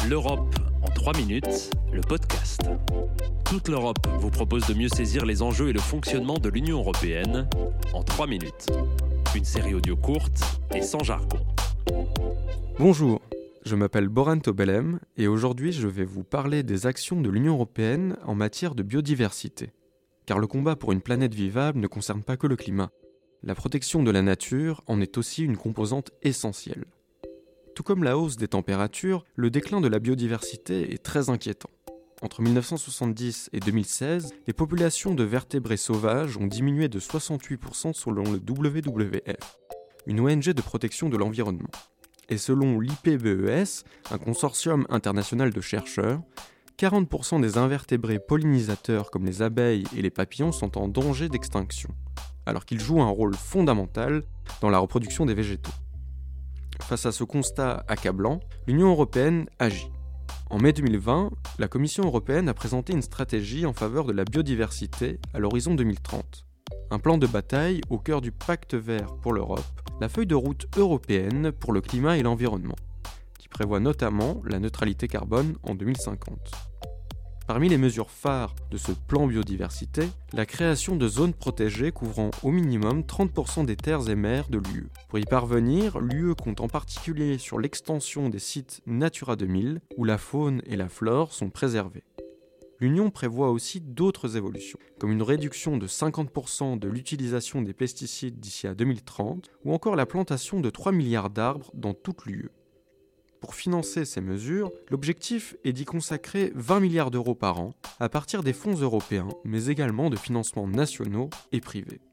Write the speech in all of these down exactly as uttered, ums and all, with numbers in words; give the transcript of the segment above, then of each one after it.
L'Europe en trois minutes, le podcast. Toute l'Europe vous propose de mieux saisir les enjeux et le fonctionnement de l'Union européenne en trois minutes. Une série audio courte et sans jargon. Bonjour, je m'appelle Boran Tobelem et aujourd'hui je vais vous parler des actions de l'Union européenne en matière de biodiversité. Car le combat pour une planète vivable ne concerne pas que le climat. La protection de la nature en est aussi une composante essentielle. Tout comme la hausse des températures, le déclin de la biodiversité est très inquiétant. Entre dix-neuf cent soixante-dix et deux mille seize, les populations de vertébrés sauvages ont diminué de soixante-huit pour cent selon le W W F, une O N G de protection de l'environnement. Et selon l'I P B E S, un consortium international de chercheurs, quarante pour cent des invertébrés pollinisateurs comme les abeilles et les papillons sont en danger d'extinction, alors qu'ils jouent un rôle fondamental dans la reproduction des végétaux. Face à ce constat accablant, l'Union européenne agit. En mai deux mille vingt, la Commission européenne a présenté une stratégie en faveur de la biodiversité à l'horizon deux mille trente. Un plan de bataille au cœur du Pacte vert pour l'Europe, la feuille de route européenne pour le climat et l'environnement, qui prévoit notamment la neutralité carbone en deux mille cinquante. Parmi les mesures phares de ce plan biodiversité, la création de zones protégées couvrant au minimum trente pour cent des terres et mers de l'U E. Pour y parvenir, l'U E compte en particulier sur l'extension des sites Natura deux mille, où la faune et la flore sont préservées. L'Union prévoit aussi d'autres évolutions, comme une réduction de cinquante pour cent de l'utilisation des pesticides d'ici à deux mille trente, ou encore la plantation de trois milliards d'arbres dans toute l'U E. Pour financer ces mesures, l'objectif est d'y consacrer vingt milliards d'euros par an à partir des fonds européens, mais également de financements nationaux et privés.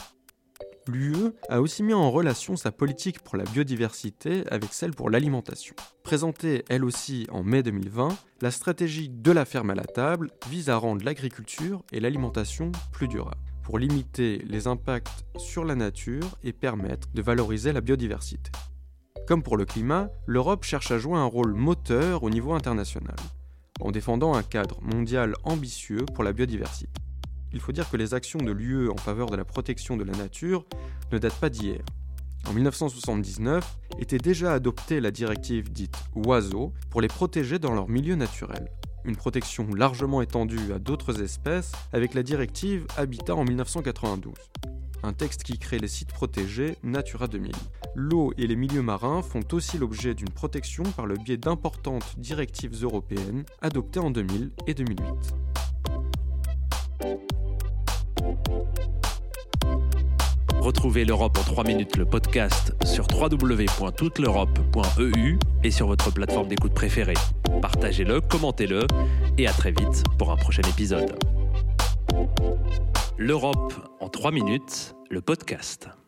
L'U E a aussi mis en relation sa politique pour la biodiversité avec celle pour l'alimentation. Présentée elle aussi en mai deux mille vingt, la stratégie de la ferme à la table vise à rendre l'agriculture et l'alimentation plus durables, pour limiter les impacts sur la nature et permettre de valoriser la biodiversité. Comme pour le climat, l'Europe cherche à jouer un rôle moteur au niveau international, en défendant un cadre mondial ambitieux pour la biodiversité. Il faut dire que les actions de l'U E en faveur de la protection de la nature ne datent pas d'hier. En dix-neuf cent soixante-dix-neuf était déjà adoptée la directive dite Oiseaux pour les protéger dans leur milieu naturel. Une protection largement étendue à d'autres espèces avec la directive Habitat en dix-neuf cent quatre-vingt-douze. Un texte qui crée les sites protégés Natura deux mille. L'eau et les milieux marins font aussi l'objet d'une protection par le biais d'importantes directives européennes adoptées en deux mille et deux mille huit. Retrouvez l'Europe en trois minutes, le podcast sur w w w point toute l'europe point e u et sur votre plateforme d'écoute préférée. Partagez-le, commentez-le et à très vite pour un prochain épisode. L'Europe en trois minutes, le podcast.